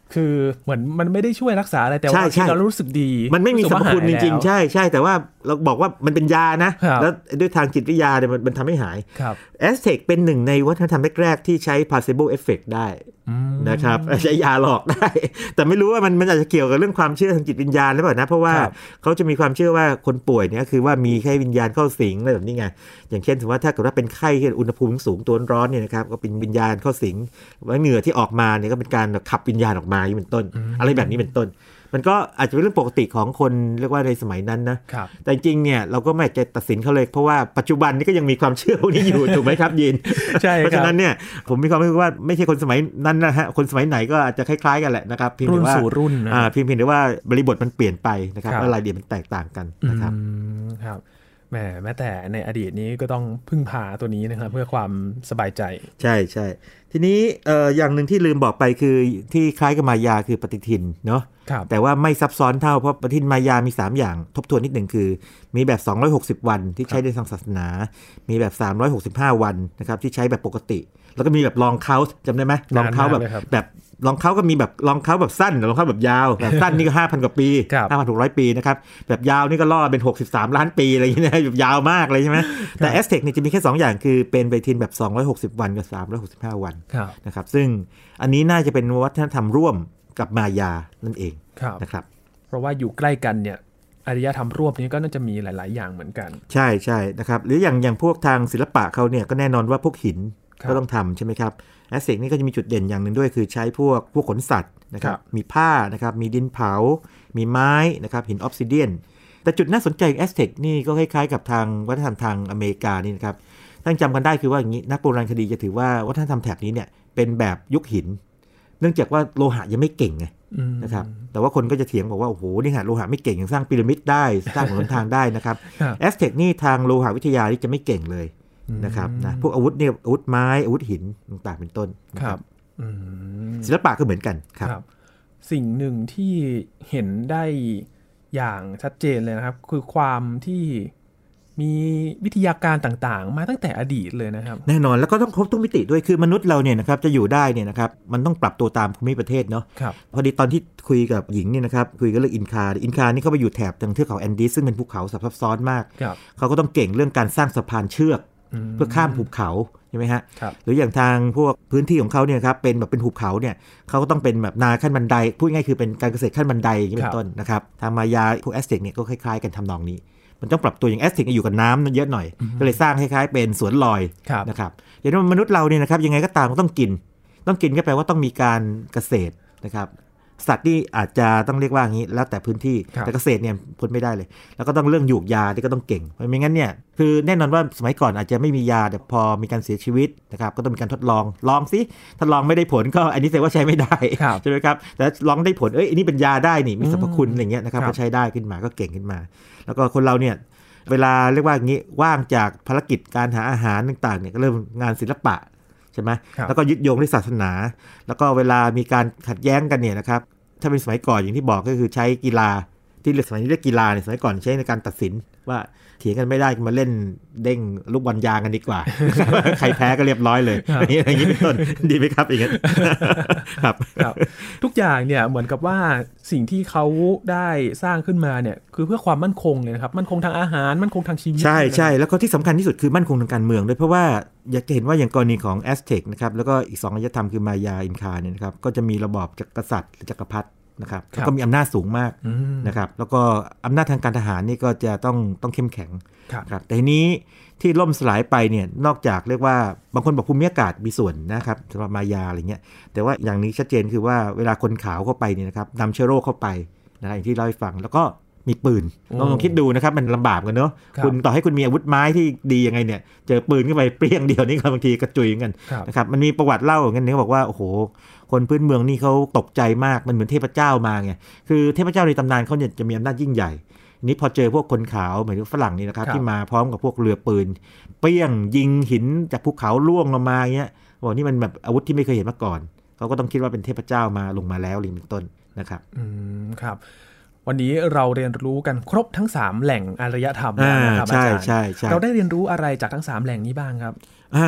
คือเหมือนมันไม่ได้ช่วยรักษาอะไรแต่ว่าเรารู้สึกดีมันไม่มีสรรพคุณจริงๆใช่แต่ว่าเราบอกว่ามันเป็นยานะแล้วด้วยทางจิตวิทยาเนี่ยมันทำให้หายแอสเท็กเป็นหนึ่งในวัฒนธรรมแรกๆที่ใช้ placebo effect ได้นะครับใช้ยาหลอกได้แต่ไม่รู้ว่ามันอาจจะเกี่ยวกับเรื่องความเชื่อทางจิตวิญญาณหรือเปล่านะเพราะว่าเขาจะมีความเชื่อว่าคนป่วยเนี่ยคือว่ามีแค่วิญญาณเข้าสิงอะไรแบบนี้ไงอย่างเช่นถือว่าถ้าเกิดว่าเป็นไข้ที่อุณหภูมิสูงตัวร้อนเนี่ยนะครับก็เป็นวิญญาณเข้าสิงว่าเหงื่อที่ออกมาเนี่ยก็เป็นการขับวิญญาณออกมาอย่างเป็นต้นอะไรแบบนี้เป็นต้นมันก็อาจจะเป็นเรื่องปกติของคนเรียกว่าในสมัยนั้นนะแต่จริงเนี่ยเราก็ไม่จะตัดสินเขาเลยเพราะว่าปัจจุบันนี้ก็ยังมีความเชื่อพวกนี้อยู่ ถูกไหมครับยินใช่เพราะฉะนั้นเนี่ยผมมีความรู้สึกว่าไม่ใช่คนสมัยนั้นนะฮะคนสมัยไหนก็อาจจะคล้ายๆกันแหละนะครับเพียงแต่ว่ารุ่นเพียงแต่ว่าบริบทมันเปลี่ยนไปนะครับและรายละเอียดมันแตกต่างกันนะครับครับแม้แต่ในอดีตนี้ก็ต้องพึ่งพาตัวนี้นะครับเพื่อความสบายใจใช่ทีนี้อย่างหนึ่งที่ลืมบอกไปคือที่คล้ายกับมายาคือปฏิทินเนาะแต่ว่าไม่ซับซ้อนเท่าเพราะปฏิทินมายามี3อย่างทบทวนนิดหนึ่งคือมีแบบ260วันที่ใช้ในทางศาสนามีแบบ365วันนะครับที่ใช้แบบปกติแล้วก็มีแบบลองเคาน์จำได้ไหมลองเคาน์แบบลองเคาน์ก็มีแบบลองเคาน์แบบสั้นลองเคาน์แบบยาวแบบสั้นนี่ก็ 5,000 กว่าปี 5,600 ปีนะครับแบบยาวนี่ก็ล่อเป็น63ล้านปีอะไรอย่างเงี้ยแบบยาวมากเลยใช่ไหมแต่แอสเท็กเนี่ยจะมีแค่2อย่างคือเป็นปฏิทินแบบ260วันกับ365วันนะครับซึ่งอันนี้น่าจะเป็นวัฒนธรรมร่วมกับมายานั่นเองนะครับเพราะว่าอยู่ใกล้กันเนี่ยอารยธรรมร่วมนี้ก็น่าจะมีหลายๆอย่างเหมือนกันใช่นะครับหรืออย่างพวกทางศิลปะเขาเนี่ยก็แน่นอนว่าพวกหินก็ต้องทำใช่ไหมครับแอสเท็กนี่ก็จะมีจุดเด่นอย่างหนึ่งด้วยคือใช้พวกขนสัตว์นะครับมีผ้านะครับมีดินเผามีไม้นะครับหินออฟซิเดียนแต่จุดน่าสนใจแอสเท็กนี่ก็คล้ายๆกับทางวัฒนธรรมทางอเมริกานี่นะครับถ้าจำกันได้คือว่าอย่างนี้นักโบราณคดีจะถือว่าวัฒนธรรมแถบนี้เนี่ยเป็นแบบยุคหินเนื่องจากว่าโลหะยังไม่เก่งไงนะครับแต่ว่าคนก็จะเถียงบอกว่าโอ้โหนี่ฮะโลหะไม่เก่งยังสร้างพีระมิดได้สร้างหนทางได้นะครับแอสเท็กนี่ทางโลหะวิทยานี่จะไม่เก่งเลยนะครับนะพวกอาวุธเนี่ยอาวุธไม้อาวุธหินต่างๆเป็นต้นครับศิลปะก็เหมือนกันครับสิ่งหนึ่งที่เห็นได้อย่างชัดเจนเลยนะครับคือความที่มีวิทยาการต่างๆมาตั้งแต่อดีตเลยนะครับแน่นอนแล้วก็ต้องครบทุกมิติด้วยคือมนุษย์เราเนี่ยนะครับจะอยู่ได้เนี่ยนะครับมันต้องปรับตัวตามภูมิประเทศเนาะพอดีตอนที่คุยกับหญิงเนี่ยนะครับคุยกันเรื่องอินคานี่เขาไปอยู่แถบทางเทือกเขาแอนดีสซึ่งเป็นภูเขาซับซ้อนมากเขาก็ต้องเก่งเรื่องการสร้างสะพานเชือกเพื่อข้ามภูเขาใช่ไหมฮะหรืออย่างทางพวกพื้นที่ของเขาเนี่ยครับเป็นแบบเป็นหุบเขาเนี่ยเขาก็ต้องเป็นแบบนาขั้นบันไดพูดง่ายคือเป็นการเกษตรขั้นบันไดอย่างนี้เป็นต้นนะครับทางมายาพวกแอสเท็กเนี่ยก็คล้ายๆกันทำนองนี้มันต้องปรับตัวอย่างแอสเท็กอยู่กับน้ำเยอะหน่อยก็เลยสร้างคล้ายๆเป็นสวนลอยนะครับอย่างนั้นมนุษย์เราเนี่ยนะครับยังไงก็ตามต้องกินก็แปลว่าต้องมีการเกษตรนะครับสัตว์ที่อาจจะต้องเรียกว่าอย่างนี้แล้วแต่พื้นที่แต่เกษตรเนี่ยพ้นไม่ได้เลยแล้วก็ต้องเรื่องหยูกยาที่ก็ต้องเก่งไม่งั้นเนี่ยคือแน่นอนว่าสมัยก่อนอาจจะไม่มียาแต่พอมีการเสียชีวิตนะครับก็ต้องมีการทดลองสิถ้าลองไม่ได้ผลก็อันนี้แสดงว่าใช้ไม่ได้ใช่ไหมครับแต่ลองได้ผลอันนี้เป็นยาได้นี่มีสรรพคุณอะไรเงี้ยนะครับก็ใช้ได้ขึ้นมาก็เก่งขึ้นมาแล้วก็คนเราเนี่ยเวลาเรียกว่าอย่างนี้ว่างจากภารกิจการหาอาหารต่างๆเนี่ยก็เริ่มงานศิลปะใช่ไหมแล้วก็ยึดโยงด้วยศาสนาแล้วก็เวลามีการขัดแย้งกันเนี่ยนะครับถ้าเป็นสมัยก่อนอย่างที่บอกก็คือใช้กีฬาที่สมัยนี้เรียกกีฬาเนี่ยสมัยก่อนใช้ในการตัดสินว่าเถียงกันไม่ได้มาเล่นเด้งลูกบอลยางกันดีกว่า ใครแพ้ก็เรียบร้อยเลยอย่างนี้เป็นต้นดีไหมครับอย่างนี้ครับทุกอย่างเนี่ยเหมือนกับว่าสิ่งที่เขาได้สร้างขึ้นมาเนี่ยคือเพื่อความมั่นคงเลยนะครับมั่นคงทางอาหารมั่นคงทางชีวิตใช่แล้วก็ที่สำคัญที่สุดคือมั่นคงทางการเมืองด้วยเพราะว่าอยากจะเห็นว่าอย่างกรณีของแอสเท็กนะครับแล้วก็อีก2อารยธรรมคือมายาอินคาเนี่ยนะครับก็จะมีระบอบกษัตริย์หรือจักรพรรดินะครับแล้วก็มีอำนาจสูงมากนะครับแล้วก็อำนาจทางการทหารนี่ก็จะต้องเข้มแข็งครับแต่ทีนี้ที่ล่มสลายไปเนี่ยนอกจากเรียกว่าบางคนบอกภูมิอากาศมีส่วนนะครับสำหรับมายาอะไรเงี้ยแต่ว่าอย่างนี้ชัดเจนคือว่าเวลาคนขาวเข้าไปเนี่ยนะครับนำเชื้อโรคเข้าไปนะอย่างที่เล่าให้ฟังแล้วก็มีปืนลองคิดดูนะครับมันลำบากกันเนอะคุณต่อให้คุณมีอาวุธไม้ที่ดียังไงเนี่ยเจอปืนเข้าไปเปรี้ยงเดียวนี่บางทีกระจุยกันนะครับมันมีประวัติเล่าอย่างนี้เขาบอกว่าโอ้โหคนพื้นเมืองนี่เขาตกใจมากมันเหมือนเทพเจ้ามาไงคือเทพเจ้าในตำนานเขาเนี่ยจะมีอำนาจยิ่งใหญ่นี่พอเจอพวกคนขาวเหมือนฝรั่งนี่นะครับที่มาพร้อมกับพวกเรือปืนเปรี้ยงยิงหินจากภูเขาล่วงลงมาเงี้ยบอกนี่มันแบบอาวุธที่ไม่เคยเห็นมาก่อนเขาก็ต้องคิดว่าเป็นเทพเจ้ามาลงมาแล้วอะไรเป็นต้นนะครับครับวันนี้เราเรียนรู้กันครบทั้ง3แหล่งอารยธรรมนะครับอาจารย์เราได้เรียนรู้อะไรจากทั้ง3แหล่งนี้บ้างครับ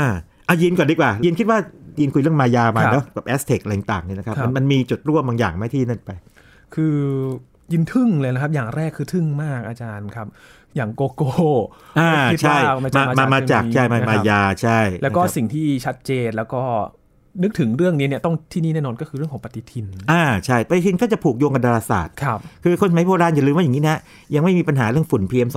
เอายินก่อนดีกว่ายินคิดว่ายินคุยเรื่องมายามาเนาะกับแอสเท็กอะไรต่างๆเนี่ยนะครับมันมีจุดร่วมบางอย่างไหมที่นั่นไปคือยินทึ่งเลยนะครับอย่างแรกคือทึ่งมากอาจารย์ครับอย่างโกโก้ใช่มาจากใช่มายาใช่แล้วก็สิ่งที่ชัดเจนแล้วก็นึกถึงเรื่องนี้เนี่ยต้องที่นี่แน่นอนก็คือเรื่องของปฏิทินใช่ปฏิทินก็จะผูกโยงกับดาราศาสตร์คือคนสมัยโบราณอย่าลืมว่าอย่างนี้นะยังไม่มีปัญหาเรื่องฝุ่น PM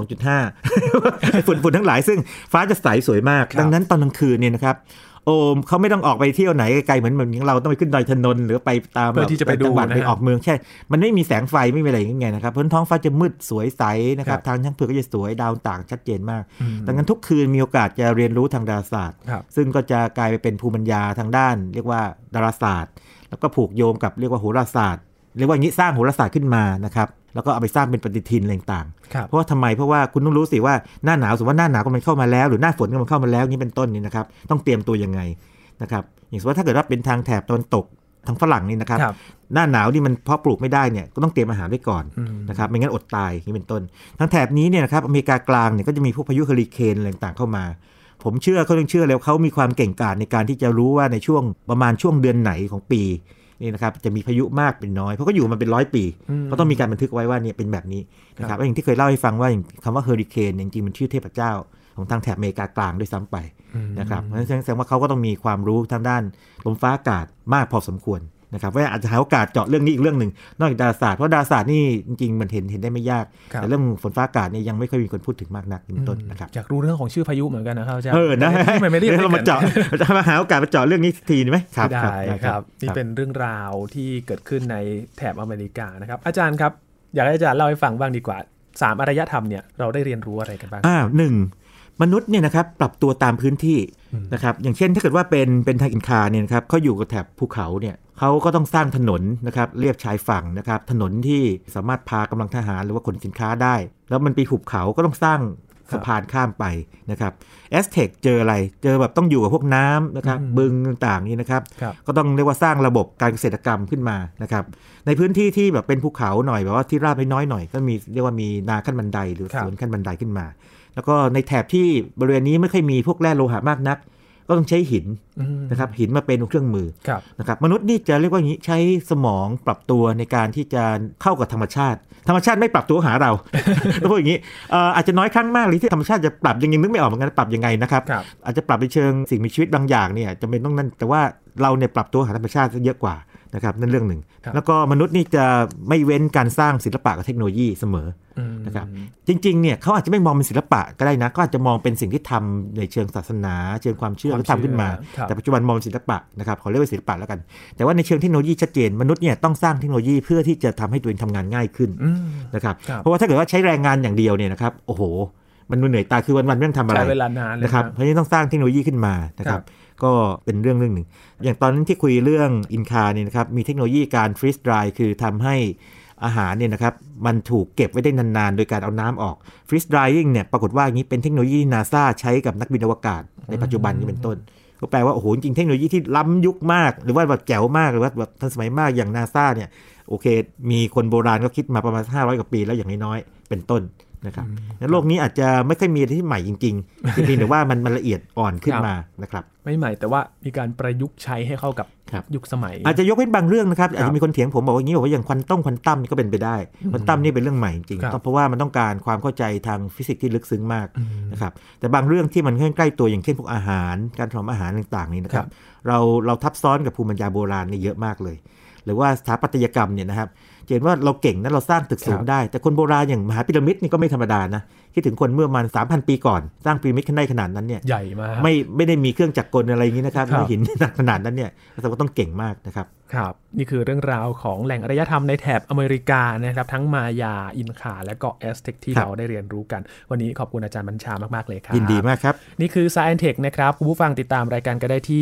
2.5 ฝุ่นทั้งหลายซึ่งฟ้าจะใสสวยมากดังนั้นตอนกลางคืนเนี่ยนะครับเขาไม่ต้องออกไปเที่ยวไหนไกลๆเหมือนเราต้องไปขึ้นดอยถนนหรือไปตามที่จะไปดูไปออกเมืองใช่มันไม่มีแสงไฟไม่มีอะไรอย่างเงี้ยนะครับเพราะท้องฟ้าจะมืดสวยใสนะครับทางช้างเผือกก็จะสวยดาวต่างชัดเจนมากดังนั้นทุกคืนมีโอกาสจะเรียนรู้ทางดาราศาสตร์ซึ่งก็จะกลายไปเป็นภูมิปัญญาทางด้านเรียกว่าดาราศาสตร์แล้วก็ผูกโยงกับเรียกว่าโหราศาสตร์เรียกว่าอย่างนี้สร้างโหราศาสตร์ขึ้นมานะครับแล้วก็เอาไปสร้างเป็นปฏิทินอะไรต่างๆเพราะว่าทำไมเพราะว่าคุณต้องรู้สิว่าหน้าหนาวสมมติว่าหน้าหนาวกำลังเข้ามาแล้วหรือหน้าฝนกำลังเข้ามาแล้วนี่เป็นต้นนี่นะครับต้องเตรียมตัวยังไงนะครับอย่างสมมติถ้าเกิดว่าเป็นทางแถบตะวันตกทางฝรั่งนี่นะครับหน้าหนาวนี่มันเพาะปลูกไม่ได้เนี่ยก็ต้องเตรียมอาหารไว้ก่อนนะครับไม่งั้นอดตายนี่เป็นต้นทางแถบนี้เนี่ยนะครับอเมริกากลางเนี่ยก็จะมีพวกพายุเฮอริเคนอะไรต่างๆเข้ามาผมเชื่อเขาต้องเชื่อแล้วเขามีความเก่งกาจในการที่จะรู้ว่าในช่วงประมาณช่วงเดือนไหนของปีนี่นะครับจะมีพายุมากเป็นน้อยเพราะก็อยู่มาเป็น100 ปีก็ต้องมีการบันทึกไว้ว่าเนี่ยเป็นแบบนี้นะครับอย่างที่เคยเล่าให้ฟังว่าคำว่าเฮอริเคนจริงๆมันชื่อเทพเจ้าของทางแถบอเมริกากลางด้วยซ้ำไปนะครับเพราะฉะนั้นแสดงว่าเขาก็ต้องมีความรู้ทางด้านลมฟ้าอากาศมากพอสมควรนะครับว่าอาจจะหาโอกาสเจาะเรื่องนี้อีกเรื่องนึงนอกจากดาราศาสตร์เพราะดาราศาสตร์นี่จริงๆมันเห็นได้ไม่ยากแต่เรื่องฝนฟ้าอากาศนี่ยังไม่ค่อยมีคนพูดถึงมากนักเป็นต้นนะครับอยากรู้เรื่องของชื่อพายุเหมือนกันนะครับอาจารย์นะไม่เรียกเรามาเจาะจะมาหาโอกาสมาเจาะเรื่องนี้ทีไหมครับได้ครับนี่เป็นเรื่องราวที่เกิดขึ้นในแถบอเมริกานะครับอาจารย์ครับอยากให้อาจารย์เล่าให้ฟังบ้างดีกว่า3อารยธรรมเนี่ยเราได้เรียนรู้อะไรกันบ้าง 1มนุษย์เนี่ยนะครับปรับตัวตามพื้นที่นะครับอย่างเช่นถ้าเกิดว่าเป็นทางอินคาเนี่ยนะครับเขาอยู่กับแถบภูเขาเนี่ยเขาก็ต้องสร้างถนนนะครับเลียบชายฝั่งนะครับถนนที่สามารถพากำลังทหารหรือว่าขนสินค้าได้แล้วมันเป็นหุบเขาก็ต้องสร้างสะพานข้ามไปนะครับแอสเท็กเจออะไรเจอแบบต้องอยู่กับพวกน้ำนะครับบึงต่างๆนี่นะครับก็ต้องเรียกว่าสร้างระบบการเกษตรกรรมขึ้นมานะครับในพื้นที่ที่แบบเป็นภูเขาหน่อยแบบว่าที่ราบน้อยหน่อยก็มีเรียกว่ามีนาขั้นบันไดหรือสวนขั้นบันไดขึ้นมาแล้วก็ในแถบที่บริเวณนี้ไม่ค่อยมีพวกแร่โลหะมากนักก็ต้องใช้หินนะครับหินมาเป็นเครื่องมือนะครับมนุษย์นี่จะเรียกว่าอย่างนี้ใช้สมองปรับตัวในการที่จะเข้ากับธรรมชาติไม่ปรับตัวหาเราต้องพูดอย่างนี้อาจจะน้อยครั้งมากเลยที่ธรรมชาติจะปรับยังนึกไม่ออกเหมือนกันปรับยังไงนะครับอาจจะปรับในเชิงสิ่งมีชีวิตบางอย่างเนี่ยจำเป็นต้องนั่นแต่ว่าเราเนี่ยปรับตัวหาธรรมชาติเยอะกว่านะครับนั่นเรื่องหนึ่งแล้วก็มนุษย์นี่จะไม่เว้นการสร้างศิลปะกับเทคโนโลยีเสมอนะครับจริงๆเนี่ยเขาอาจจะไม่มองเป็นศิลปะก็ได้นะก็อาจจะมองเป็นสิ่งที่ทำในเชิงศาสนาเชิงความเชื่อที่ทำขึ้นมาแต่ปัจจุบันมองศิลปะนะครับขอเรียกว่าศิลปะแล้วกันแต่ว่าในเชิงเทคโนโลยีชัดเจนมนุษย์เนี่ยต้องสร้างเทคโนโลยีเพื่อที่จะทำให้ตัวเองทำงานง่ายขึ้นนะครับเพราะว่าถ้าเกิดว่าใช้แรงงานอย่างเดียวเนี่ยนะครับโอ้โหมันเหนื่อยตาคือวันๆไม่ต้องทำอะไรใช้เวลานานเลยนะครับเพราะฉะนั้นต้องสร้างเทคโนโลยีขึ้นมานะครับก็เป็นเรื่องหนึ่งอย่างตอนนั้นที่คุยเรื่องอินคาเนี่ยนะครับมีเทคโนโลยีการฟรีซดรายคือทำให้อาหารเนี่ยนะครับมันถูกเก็บไว้ได้นานๆโดยการเอาน้ำออกฟรีซดรายยิ่งเนี่ยปรากฏว่าอย่างนี้เป็นเทคโนโลยี NASA ใช้กับนักบินอวกาศในปัจจุบันนี้เป็นต้นก็แปลว่าโอ้โหจริงเทคโนโลยีที่ล้ำยุคมากหรือว่าแบบแจ๋วมากหรือว่าแบบทันสมัยมากอย่าง NASA เนี่ยโอเคมีคนโบราณก็คิดมาประมาณ500 กว่าปีแล้วอย่างน้อยๆเป็นต้นนะครับโลกนี้อาจจะไม่ค่อยมีอะไรที่ใหม่จริงๆจริงๆแต่ว่ามันละเอียดอ่อนขึ้นมานะครับไม่ใหม่แต่ว่ามีการประยุกต์ใช้ให้เข้ากับยุคสมัยอาจจะยกเว้นบางเรื่องนะครับอาจจะมีคนเถียงผมบอกว่าอย่างนี้บอกว่าอย่างควอนตัมนี่ก็เป็นไปได้ควอนตัมนี่เป็นเรื่องใหม่จริงเพราะว่ามันต้องการความเข้าใจทางฟิสิกส์ที่ลึกซึ้งมากนะครับแต่บางเรื่องที่มันใกล้ตัวอย่างเช่นพวกอาหารการทำอาหารต่างๆนี่นะครับเราทับซ้อนกับภูมิปัญญาโบราณนี่เยอะมากเลยหรือว่าสถาปัตยกรรมเนี่ยนะครับเห็นว่าเราเก่งนะเราสร้างตึกสูงได้แต่คนโบราณอย่างมหาพีระมิดนี่ก็ไม่ธรรมดานะคิดถึงคนเมื่อประมาณ 3,000 ปีก่อนสร้างพีระมิดขึ้นได้ขนาดนั้นเนี่ยใหญ่มากไม่ได้มีเครื่องจักรกลอะไรอย่างนี้นะครับไม่หินขนาดนั้นเนี่ยเราก็ต้องเก่งมากนะครับครับนี่คือเรื่องราวของแหล่งอารยธรรมในแถบอเมริกานะครับทั้งมายาอินคาและก็แอสเท็กที่เราได้เรียนรู้กันวันนี้ขอบคุณอาจารย์บัญชามากๆเลยครับยินดีมากครับนี่คือ Science Tech นะครับคุณผู้ฟังติดตามรายการก็ได้ที่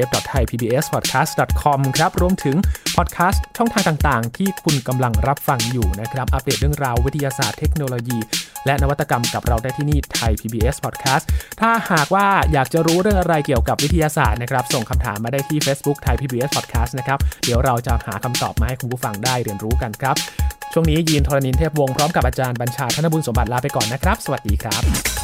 www.thaipbspodcast.com ครับรวมถึงพอดแคสต์ช่องทางต่างๆที่คุณกำลังรับฟังอยู่นะครับอัปเดตเรื่องราววิทยาศาสตร์เทคโนโลยีและนวัตกรรมกับเราได้ที่นี่ไทย PBS Podcast ถ้าหากว่าอยากจะรู้เรื่องอะไรเกี่ยวกับวิทยาศาสตร์นะครับส่งคำถามมาได้ที่ Facebook ไทย PBS Podcast นะครับเดี๋ยวเราจะหาคำตอบมาให้คุณผู้ฟังได้เรียนรู้กันครับช่วงนี้ยีน ธรณินทร์เทพวงศ์พร้อมกับอาจารย์บัญชา ธนบุญสมบัติลาไปก่อนนะครับสวัสดีครับ